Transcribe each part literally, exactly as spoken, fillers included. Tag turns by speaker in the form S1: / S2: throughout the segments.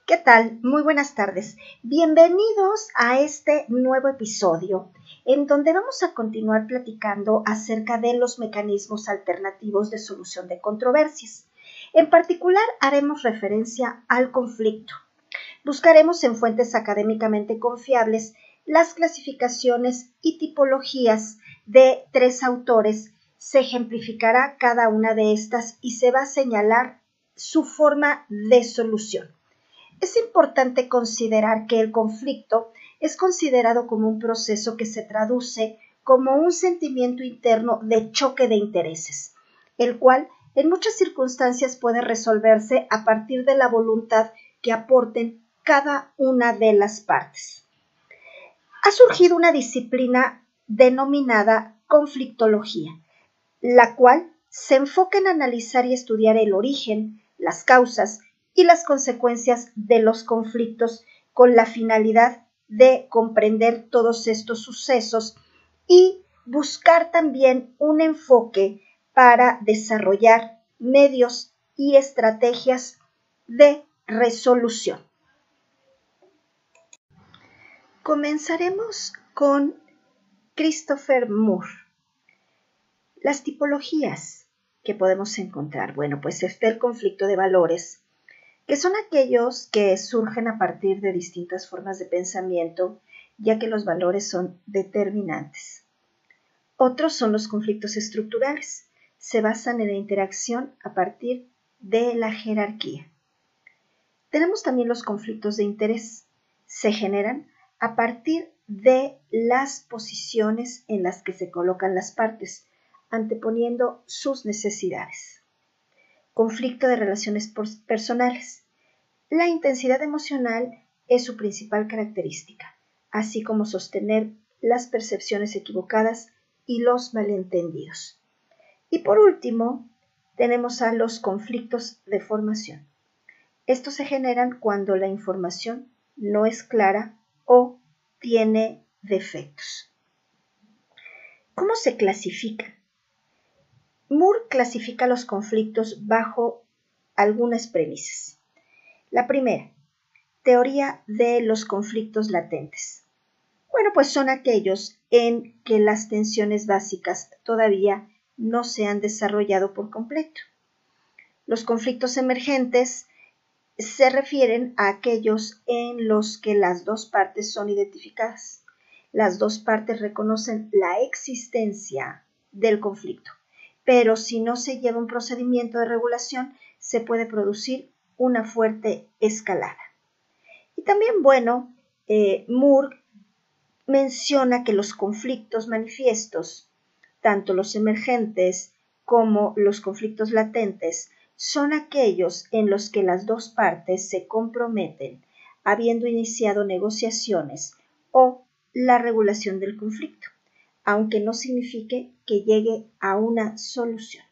S1: ¿Qué tal? Muy buenas tardes. Bienvenidos a este nuevo episodio en donde vamos a continuar platicando acerca de los mecanismos alternativos de solución de controversias. En particular, haremos referencia al conflicto. Buscaremos en fuentes académicamente confiables las clasificaciones y tipologías de tres autores. Se ejemplificará cada una de estas y se va a señalar su forma de solución. Es importante considerar que el conflicto es considerado como un proceso que se traduce como un sentimiento interno de choque de intereses, el cual en muchas circunstancias puede resolverse a partir de la voluntad que aporten cada una de las partes. Ha surgido una disciplina denominada conflictología, la cual se enfoca en analizar y estudiar el origen, las causas y las consecuencias de los conflictos con la finalidad de comprender todos estos sucesos y buscar también un enfoque para desarrollar medios y estrategias de resolución. Comenzaremos con Christopher Moore. Las tipologías que podemos encontrar, bueno, pues está el conflicto de valores, que son aquellos que surgen a partir de distintas formas de pensamiento, ya que los valores son determinantes. Otros son los conflictos estructurales, se basan en la interacción a partir de la jerarquía. Tenemos también los conflictos de interés, se generan a partir de las posiciones en las que se colocan las partes, anteponiendo sus necesidades. Conflicto de relaciones personales. La intensidad emocional es su principal característica, así como sostener las percepciones equivocadas y los malentendidos. Y por último, tenemos a los conflictos de formación. Estos se generan cuando la información no es clara o tiene defectos. ¿Cómo se clasifica? Moore clasifica los conflictos bajo algunas premisas. La primera, teoría de los conflictos latentes. Bueno, pues son aquellos en que las tensiones básicas todavía no se han desarrollado por completo. Los conflictos emergentes se refieren a aquellos en los que las dos partes son identificadas. Las dos partes reconocen la existencia del conflicto, pero si no se lleva un procedimiento de regulación, se puede producir una fuerte escalada. Y también, bueno, eh, Moore menciona que los conflictos manifiestos, tanto los emergentes como los conflictos latentes, son aquellos en los que las dos partes se comprometen, habiendo iniciado negociaciones o la regulación del conflicto, aunque no signifique que llegue a una solución.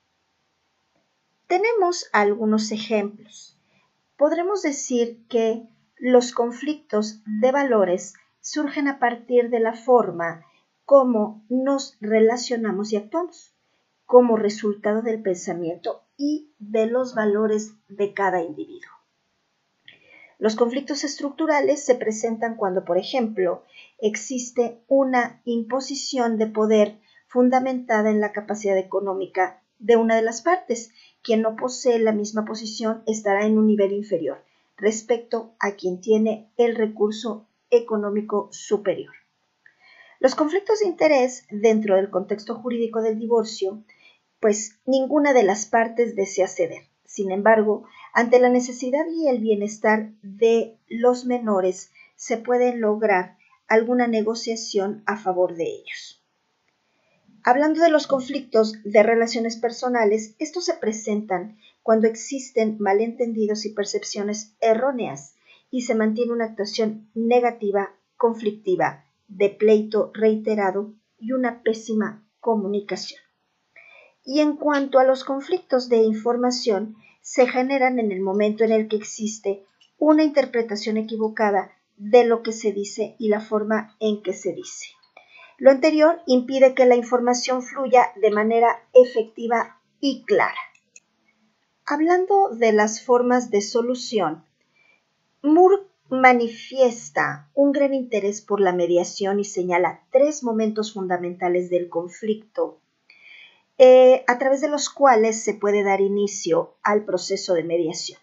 S1: Tenemos algunos ejemplos. Podremos decir que los conflictos de valores surgen a partir de la forma como nos relacionamos y actuamos, como resultado del pensamiento y de los valores de cada individuo. Los conflictos estructurales se presentan cuando, por ejemplo, existe una imposición de poder fundamentada en la capacidad económica de una de las partes. Quien no posee la misma posición estará en un nivel inferior respecto a quien tiene el recurso económico superior. Los conflictos de interés dentro del contexto jurídico del divorcio, pues ninguna de las partes desea ceder. Sin embargo, ante la necesidad y el bienestar de los menores, se puede lograr alguna negociación a favor de ellos. Hablando de los conflictos de relaciones personales, estos se presentan cuando existen malentendidos y percepciones erróneas y se mantiene una actuación negativa, conflictiva, de pleito reiterado y una pésima comunicación. Y en cuanto a los conflictos de información, se generan en el momento en el que existe una interpretación equivocada de lo que se dice y la forma en que se dice. Lo anterior impide que la información fluya de manera efectiva y clara. Hablando de las formas de solución, Moore manifiesta un gran interés por la mediación y señala tres momentos fundamentales del conflicto, eh, a través de los cuales se puede dar inicio al proceso de mediación.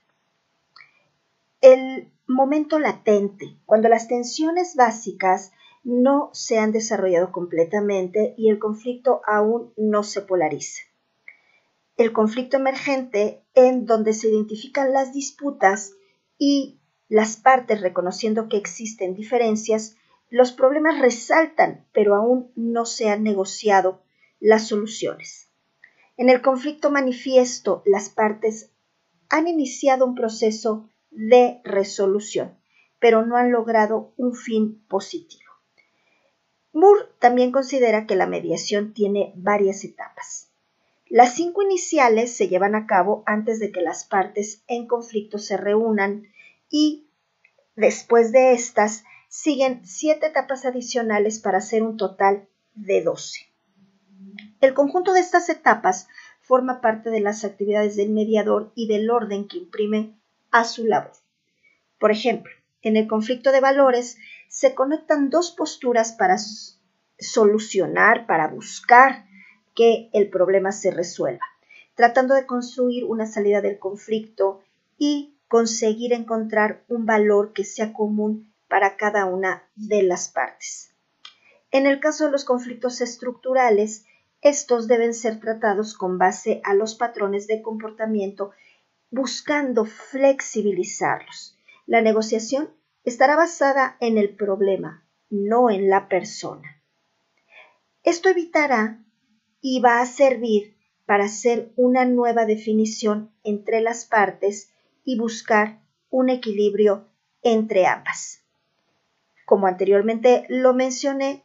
S1: El momento latente, cuando las tensiones básicas no se han desarrollado completamente y el conflicto aún no se polariza. El conflicto emergente, en donde se identifican las disputas y las partes reconociendo que existen diferencias, los problemas resaltan, pero aún no se han negociado las soluciones. En el conflicto manifiesto, las partes han iniciado un proceso de resolución, pero no han logrado un fin positivo. Moore también considera que la mediación tiene varias etapas. Las cinco iniciales se llevan a cabo antes de que las partes en conflicto se reúnan y después de estas siguen siete etapas adicionales para hacer un total de doce. El conjunto de estas etapas forma parte de las actividades del mediador y del orden que imprime a su labor. Por ejemplo, en el conflicto de valores se conectan dos posturas para solucionar, para buscar que el problema se resuelva, tratando de construir una salida del conflicto y conseguir encontrar un valor que sea común para cada una de las partes. En el caso de los conflictos estructurales, estos deben ser tratados con base a los patrones de comportamiento, buscando flexibilizarlos. La negociación estará basada en el problema, no en la persona. Esto evitará y va a servir para hacer una nueva definición entre las partes y buscar un equilibrio entre ambas. Como anteriormente lo mencioné,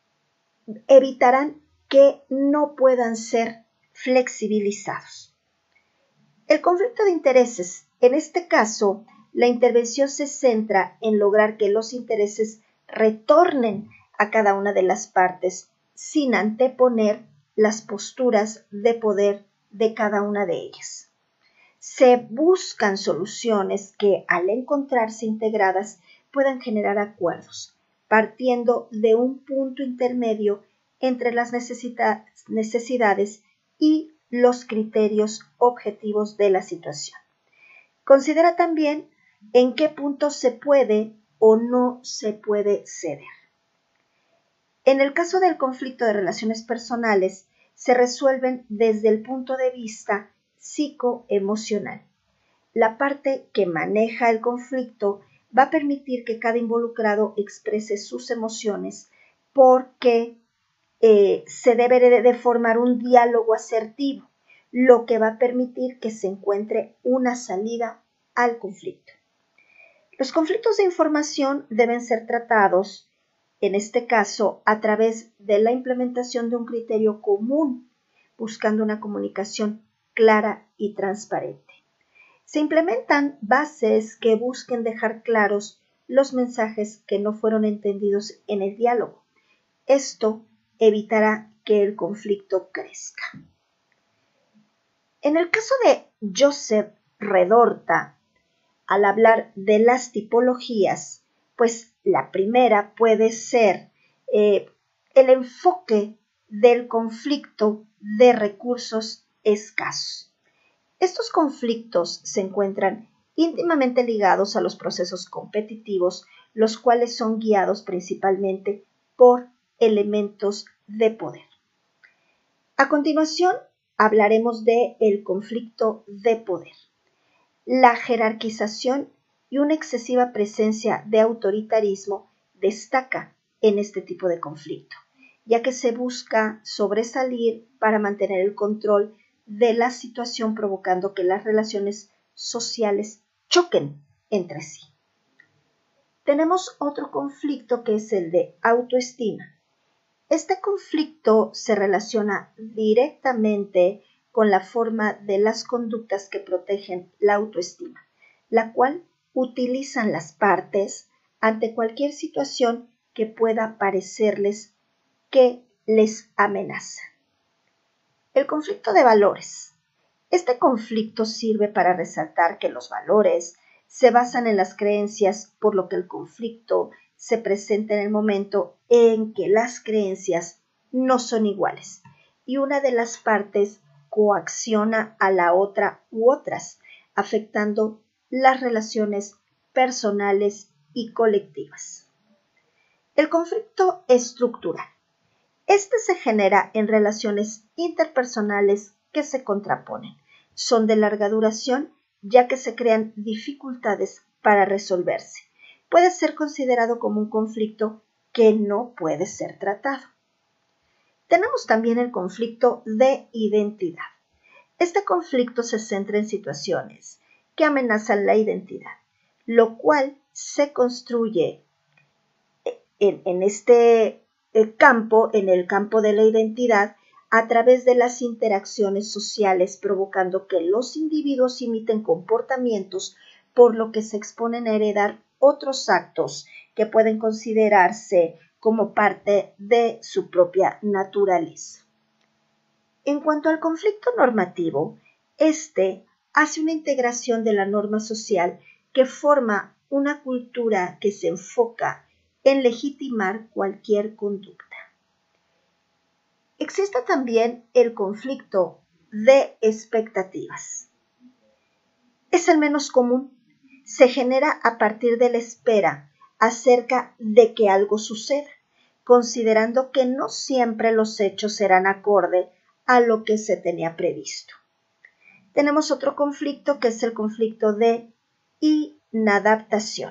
S1: evitarán que no puedan ser flexibilizados. El conflicto de intereses, en este caso, la intervención se centra en lograr que los intereses retornen a cada una de las partes sin anteponer las posturas de poder de cada una de ellas. Se buscan soluciones que, al encontrarse integradas, puedan generar acuerdos, partiendo de un punto intermedio entre las necesidades y los criterios objetivos de la situación. Considera también en qué punto se puede o no se puede ceder. En el caso del conflicto de relaciones personales, se resuelven desde el punto de vista psicoemocional. La parte que maneja el conflicto va a permitir que cada involucrado exprese sus emociones porque eh, se debe de, de formar un diálogo asertivo, lo que va a permitir que se encuentre una salida al conflicto. Los conflictos de información deben ser tratados, en este caso, a través de la implementación de un criterio común, buscando una comunicación clara y transparente. Se implementan bases que busquen dejar claros los mensajes que no fueron entendidos en el diálogo. Esto evitará que el conflicto crezca. En el caso de Joseph Redorta, al hablar de las tipologías, pues la primera puede ser eh, el enfoque del conflicto de recursos escasos. Estos conflictos se encuentran íntimamente ligados a los procesos competitivos, los cuales son guiados principalmente por elementos de poder. A continuación, hablaremos de el conflicto de poder. La jerarquización y una excesiva presencia de autoritarismo destaca en este tipo de conflicto, ya que se busca sobresalir para mantener el control de la situación, provocando que las relaciones sociales choquen entre sí. Tenemos otro conflicto que es el de autoestima. Este conflicto se relaciona directamente con la forma de las conductas que protegen la autoestima, la cual utilizan las partes ante cualquier situación que pueda parecerles que les amenaza. El conflicto de valores. Este conflicto sirve para resaltar que los valores Se basan en las creencias, por lo que el conflicto se presenta en el momento en que las creencias no son iguales y una de las partes coacciona a la otra u otras, afectando las relaciones personales y colectivas. El conflicto estructural. Este se genera en relaciones interpersonales que se contraponen. Son de larga duración, ya que se crean dificultades para resolverse. Puede ser considerado como un conflicto que no puede ser tratado. Tenemos también el conflicto de identidad. Este conflicto se centra en situaciones que amenazan la identidad, lo cual se construye en, en este campo, en el campo de la identidad, a través de las interacciones sociales, provocando que los individuos imiten comportamientos, por lo que se exponen a heredar otros actos que pueden considerarse como parte de su propia naturaleza. En cuanto al conflicto normativo, este hace una integración de la norma social que forma una cultura que se enfoca en legitimar cualquier conducta. Existe también el conflicto de expectativas. Es el menos común. Se genera a partir de la espera acerca de que algo suceda, considerando que no siempre los hechos serán acorde a lo que se tenía previsto. Tenemos otro conflicto que es el conflicto de inadaptación.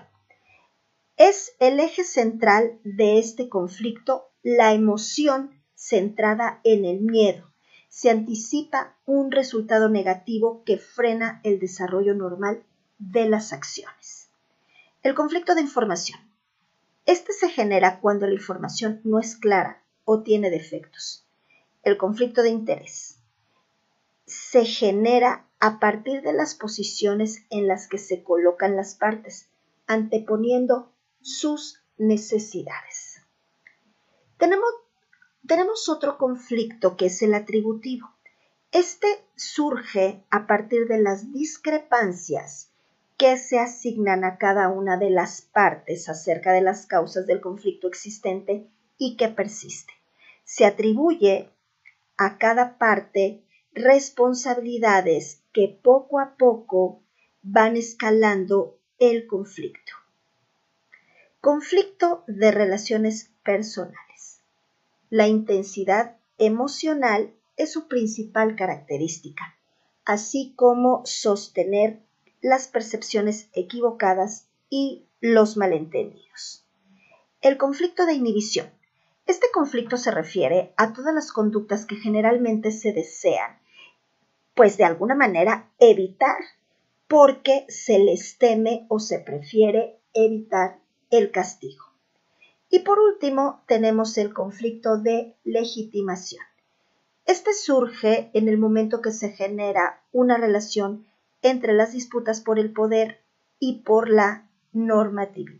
S1: Es el eje central de este conflicto la emoción centrada en el miedo. Se anticipa un resultado negativo que frena el desarrollo normal de las acciones. El conflicto de información. Este se genera cuando la información no es clara o tiene defectos. El conflicto de interés. Se genera a partir de las posiciones en las que se colocan las partes, anteponiendo sus necesidades. Tenemos, tenemos otro conflicto que es el atributivo. Este surge a partir de las discrepancias que se asignan a cada una de las partes acerca de las causas del conflicto existente y que persiste. Se atribuye a cada parte responsabilidades que poco a poco van escalando el conflicto. Conflicto de relaciones personales. La intensidad emocional es su principal característica, así como sostener las percepciones equivocadas y los malentendidos. El conflicto de inhibición. Este conflicto se refiere a todas las conductas que generalmente se desean, pues de alguna manera evitar, porque se les teme o se prefiere evitar el castigo. Y por último, tenemos el conflicto de legitimación. Este surge en el momento que se genera una relación entre las disputas por el poder y por la normatividad.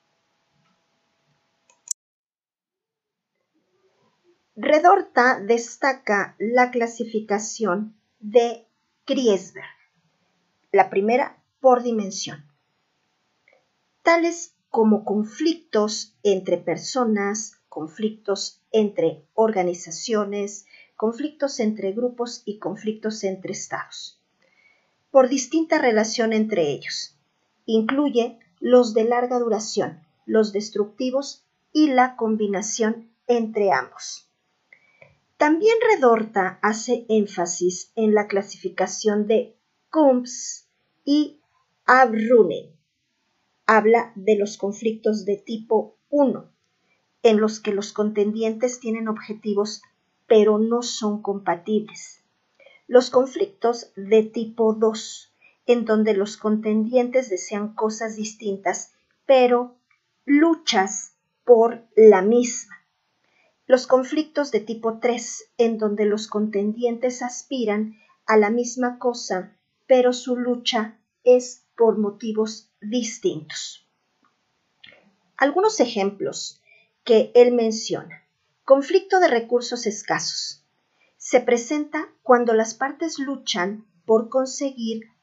S1: Redorta destaca la clasificación de Kriesberg, la primera por dimensión, tales como conflictos entre personas, conflictos entre organizaciones, conflictos entre grupos y conflictos entre estados, por distinta relación entre ellos. Incluye los de larga duración, los destructivos y la combinación entre ambos. También Redorta hace énfasis en la clasificación de Kumps y Abrunen. Habla de los conflictos de tipo uno, en los que los contendientes tienen objetivos pero no son compatibles. Los conflictos de tipo dos, en donde los contendientes desean cosas distintas pero luchas por la misma. Los conflictos de tipo tres, en donde los contendientes aspiran a la misma cosa, pero su lucha es por motivos distintos. Algunos ejemplos que él menciona. Conflicto de recursos escasos. Se presenta cuando las partes luchan por conseguir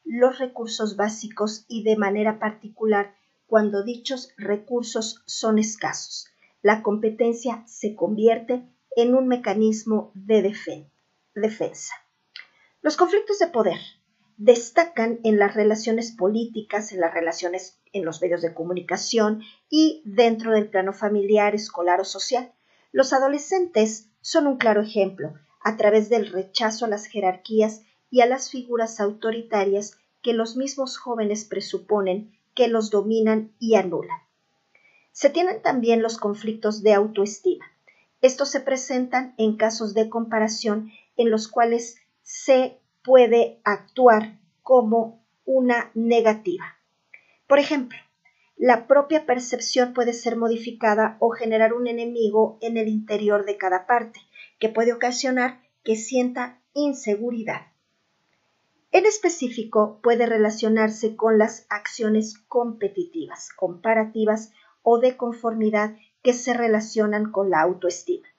S1: los recursos básicos y de manera particular cuando dichos recursos son escasos. La competencia se convierte en un mecanismo de defen- defensa. Los conflictos de poder destacan en las relaciones políticas, en las relaciones en los medios de comunicación y dentro del plano familiar, escolar o social. Los adolescentes son un claro ejemplo, a través del rechazo a las jerarquías y a las figuras autoritarias que los mismos jóvenes presuponen que los dominan y anulan. Se tienen también los conflictos de autoestima. Estos se presentan en casos de comparación en los cuales se puede actuar como una negativa. Por ejemplo, la propia percepción puede ser modificada o generar un enemigo en el interior de cada parte, que puede ocasionar que sienta inseguridad. En específico, puede relacionarse con las acciones competitivas, comparativas o de conformidad que se relacionan con la autoestima.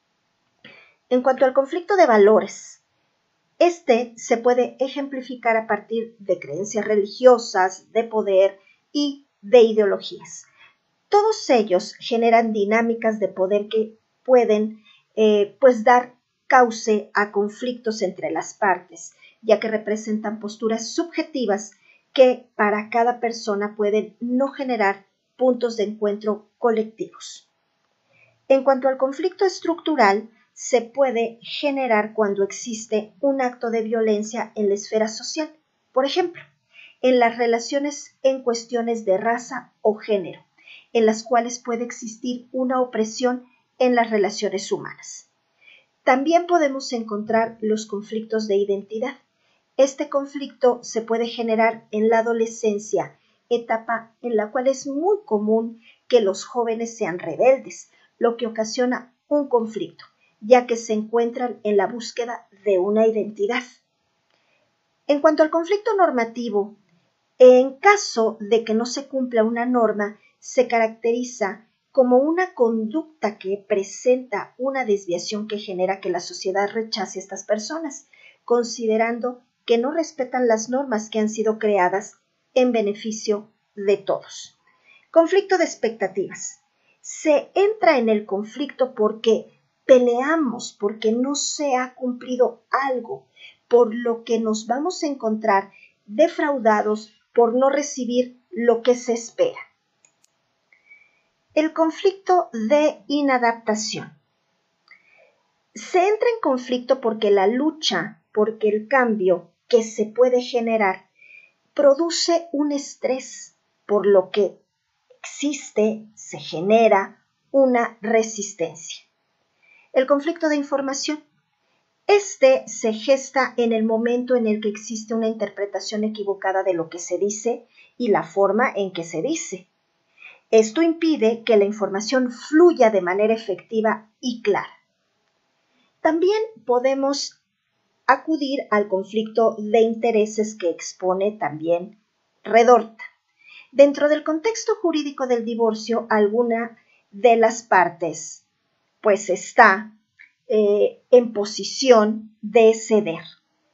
S1: En cuanto al conflicto de valores, este se puede ejemplificar a partir de creencias religiosas, de poder y de ideologías. Todos ellos generan dinámicas de poder que pueden eh, pues dar cauce a conflictos entre las partes, ya que representan posturas subjetivas que para cada persona pueden no generar puntos de encuentro colectivos. En cuanto al conflicto estructural, se puede generar cuando existe un acto de violencia en la esfera social, por ejemplo, en las relaciones en cuestiones de raza o género, en las cuales puede existir una opresión en las relaciones humanas. También podemos encontrar los conflictos de identidad. Este conflicto se puede generar en la adolescencia, etapa en la cual es muy común que los jóvenes sean rebeldes, lo que ocasiona un conflicto, ya que se encuentran en la búsqueda de una identidad. En cuanto al conflicto normativo, en caso de que no se cumpla una norma, se caracteriza como una conducta que presenta una desviación que genera que la sociedad rechace a estas personas, considerando que no respetan las normas que han sido creadas en beneficio de todos. Conflicto de expectativas. Se entra en el conflicto porque peleamos, porque no se ha cumplido algo, por lo que nos vamos a encontrar defraudados por no recibir lo que se espera. El conflicto de inadaptación. Se entra en conflicto porque la lucha, porque el cambio que se puede generar produce un estrés, por lo que existe, se genera una resistencia. El conflicto de información. Este se gesta en el momento en el que existe una interpretación equivocada de lo que se dice y la forma en que se dice. Esto impide que la información fluya de manera efectiva y clara. También podemos acudir al conflicto de intereses que expone también Redorta. Dentro del contexto jurídico del divorcio, alguna de las partes pues está eh, en posición de ceder.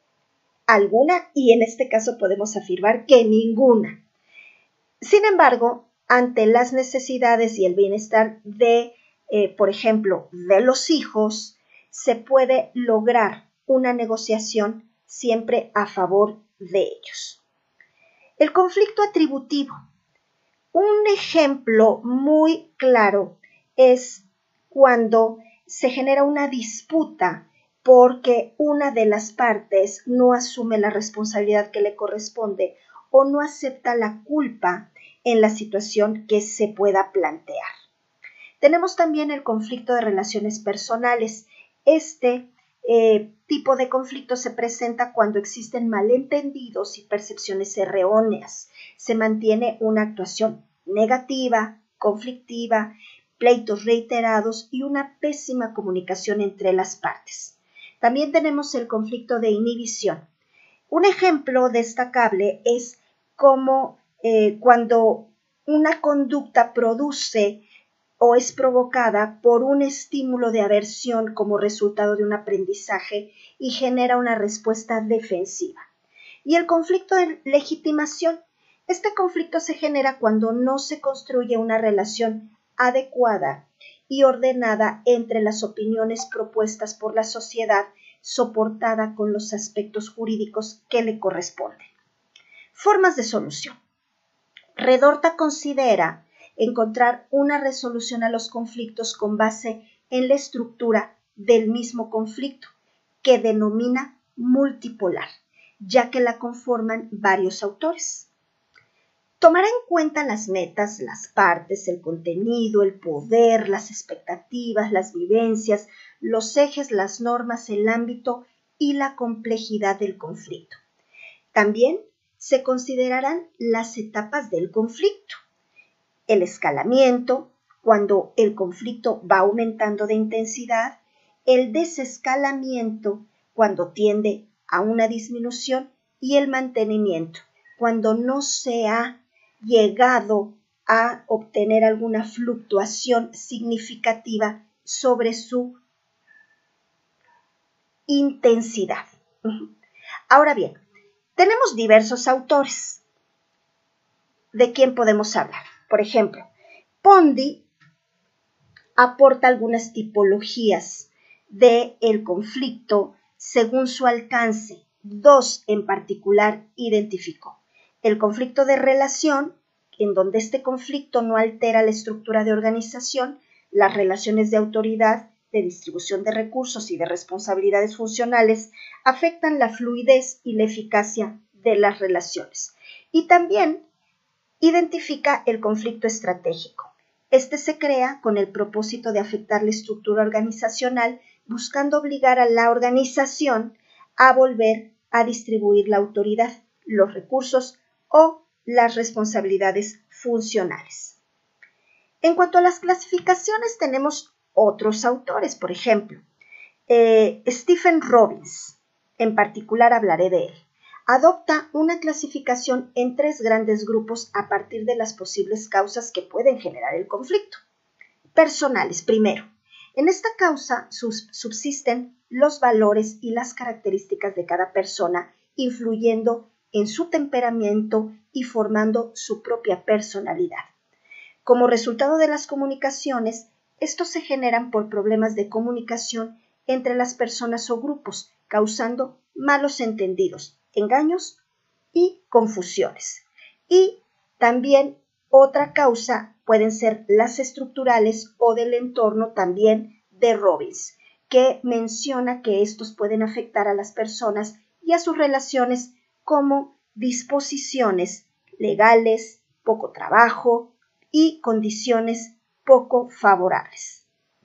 S1: Alguna, y en este caso podemos afirmar que ninguna. Sin embargo, ante las necesidades y el bienestar de, eh, por ejemplo, de los hijos, se puede lograr una negociación siempre a favor de ellos. El conflicto atributivo. Un ejemplo muy claro es cuando se genera una disputa porque una de las partes no asume la responsabilidad que le corresponde o no acepta la culpa en la situación que se pueda plantear. Tenemos también el conflicto de relaciones personales. Este eh, tipo de conflicto se presenta cuando existen malentendidos y percepciones erróneas. Se mantiene una actuación negativa, conflictiva, pleitos reiterados y una pésima comunicación entre las partes. También tenemos el conflicto de inhibición. Un ejemplo destacable es cómo eh, cuando una conducta produce o es provocada por un estímulo de aversión como resultado de un aprendizaje y genera una respuesta defensiva. Y el conflicto de legitimación. Este conflicto se genera cuando no se construye una relación adecuada y ordenada entre las opiniones propuestas por la sociedad, soportada con los aspectos jurídicos que le corresponden. Formas de solución. Redorta considera encontrar una resolución a los conflictos con base en la estructura del mismo conflicto, que denomina multipolar, ya que la conforman varios autores. Tomará en cuenta las metas, las partes, el contenido, el poder, las expectativas, las vivencias, los ejes, las normas, el ámbito y la complejidad del conflicto. También se considerarán las etapas del conflicto. El escalamiento, cuando el conflicto va aumentando de intensidad, el desescalamiento, cuando tiende a una disminución, y el mantenimiento, cuando no se ha llegado a obtener alguna fluctuación significativa sobre su intensidad. Ahora bien, tenemos diversos autores. ¿De quién podemos hablar? Por ejemplo, Pondie aporta algunas tipologías del conflicto según su alcance. Dos en particular identificó. El conflicto de relación, en donde este conflicto no altera la estructura de organización, las relaciones de autoridad, de distribución de recursos y de responsabilidades funcionales afectan la fluidez y la eficacia de las relaciones. Y también identifica el conflicto estratégico. Este se crea con el propósito de afectar la estructura organizacional, buscando obligar a la organización a volver a distribuir la autoridad, los recursos o las responsabilidades funcionales. En cuanto a las clasificaciones, tenemos otros autores, por ejemplo, eh, Stephen Robbins, en particular hablaré de él. Adopta una clasificación en tres grandes grupos a partir de las posibles causas que pueden generar el conflicto. Personales, primero. En esta causa subsisten los valores y las características de cada persona, influyendo en su temperamento y formando su propia personalidad. Como resultado de las comunicaciones, estos se generan por problemas de comunicación entre las personas o grupos, causando malos entendidos, engaños y confusiones. Y también otra causa pueden ser las estructurales o del entorno, también de Robbins, que menciona que estos pueden afectar a las personas y a sus relaciones, como disposiciones legales, poco trabajo y condiciones poco favorables.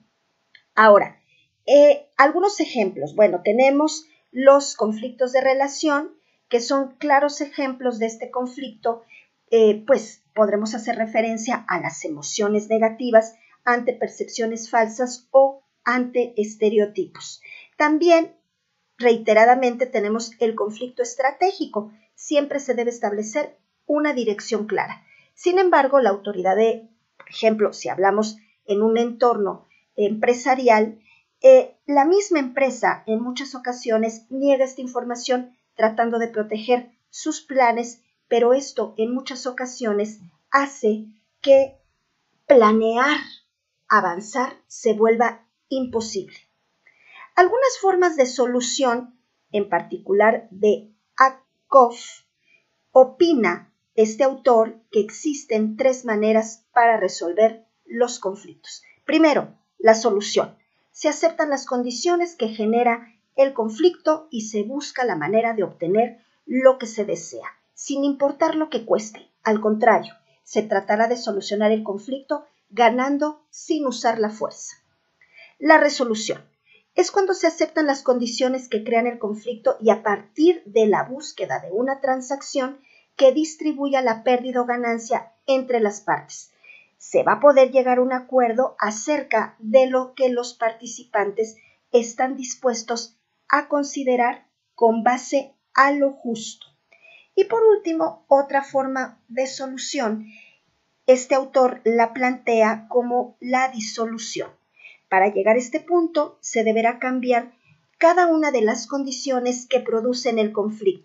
S1: Ahora, eh, algunos ejemplos. Bueno, tenemos los conflictos de relación, que son claros ejemplos de este conflicto. Eh, pues podremos hacer referencia a las emociones negativas ante percepciones falsas o ante estereotipos. También, reiteradamente, tenemos el conflicto estratégico. Siempre se debe establecer una dirección clara. Sin embargo, la autoridad de, por ejemplo, si hablamos en un entorno empresarial, eh, la misma empresa en muchas ocasiones niega esta información tratando de proteger sus planes, pero esto en muchas ocasiones hace que planear avanzar se vuelva imposible. Algunas formas de solución, en particular de Ackoff, opina este autor que existen tres maneras para resolver los conflictos. Primero, la solución. Se aceptan las condiciones que genera el conflicto y se busca la manera de obtener lo que se desea, sin importar lo que cueste. Al contrario, se tratará de solucionar el conflicto ganando sin usar la fuerza. La resolución es cuando se aceptan las condiciones que crean el conflicto y a partir de la búsqueda de una transacción que distribuya la pérdida o ganancia entre las partes, se va a poder llegar a un acuerdo acerca de lo que los participantes están dispuestos a considerar con base a lo justo. Y por último, otra forma de solución, este autor la plantea como la disolución. Para llegar a este punto, se deberá cambiar cada una de las condiciones que producen el conflicto,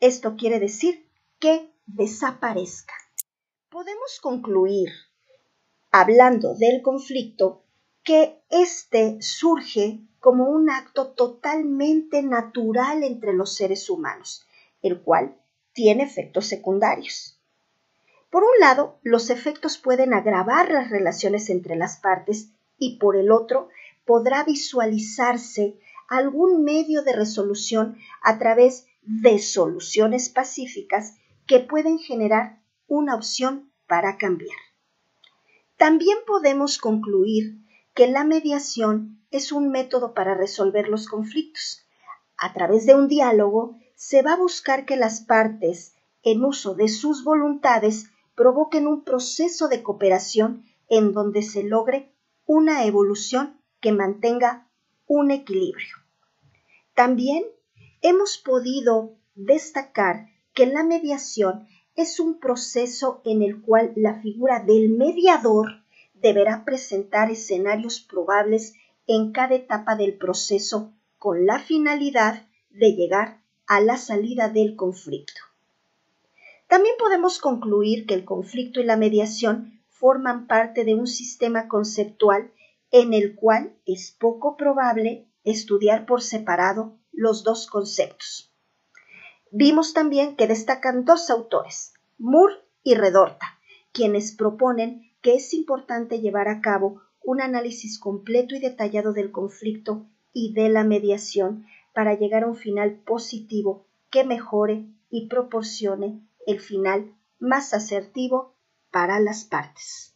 S1: Esto quiere decir que desaparezca. Podemos concluir, hablando del conflicto, que éste surge como un acto totalmente natural entre los seres humanos, el cual tiene efectos secundarios. Por un lado, los efectos pueden agravar las relaciones entre las partes y por el otro, podrá visualizarse algún medio de resolución a través de soluciones pacíficas que pueden generar una opción para cambiar. También podemos concluir que la mediación es un método para resolver los conflictos. A través de un diálogo se va a buscar que las partes, en uso de sus voluntades, provoquen un proceso de cooperación en donde se logre una evolución que mantenga un equilibrio. También hemos podido destacar que la mediación es un proceso en el cual la figura del mediador deberá presentar escenarios probables en cada etapa del proceso con la finalidad de llegar a la salida del conflicto. También podemos concluir que el conflicto y la mediación forman parte de un sistema conceptual en el cual es poco probable estudiar por separado los dos conceptos. Vimos también que destacan dos autores, Moore y Redorta, quienes proponen que es importante llevar a cabo un análisis completo y detallado del conflicto y de la mediación para llegar a un final positivo que mejore y proporcione el final más asertivo para las partes.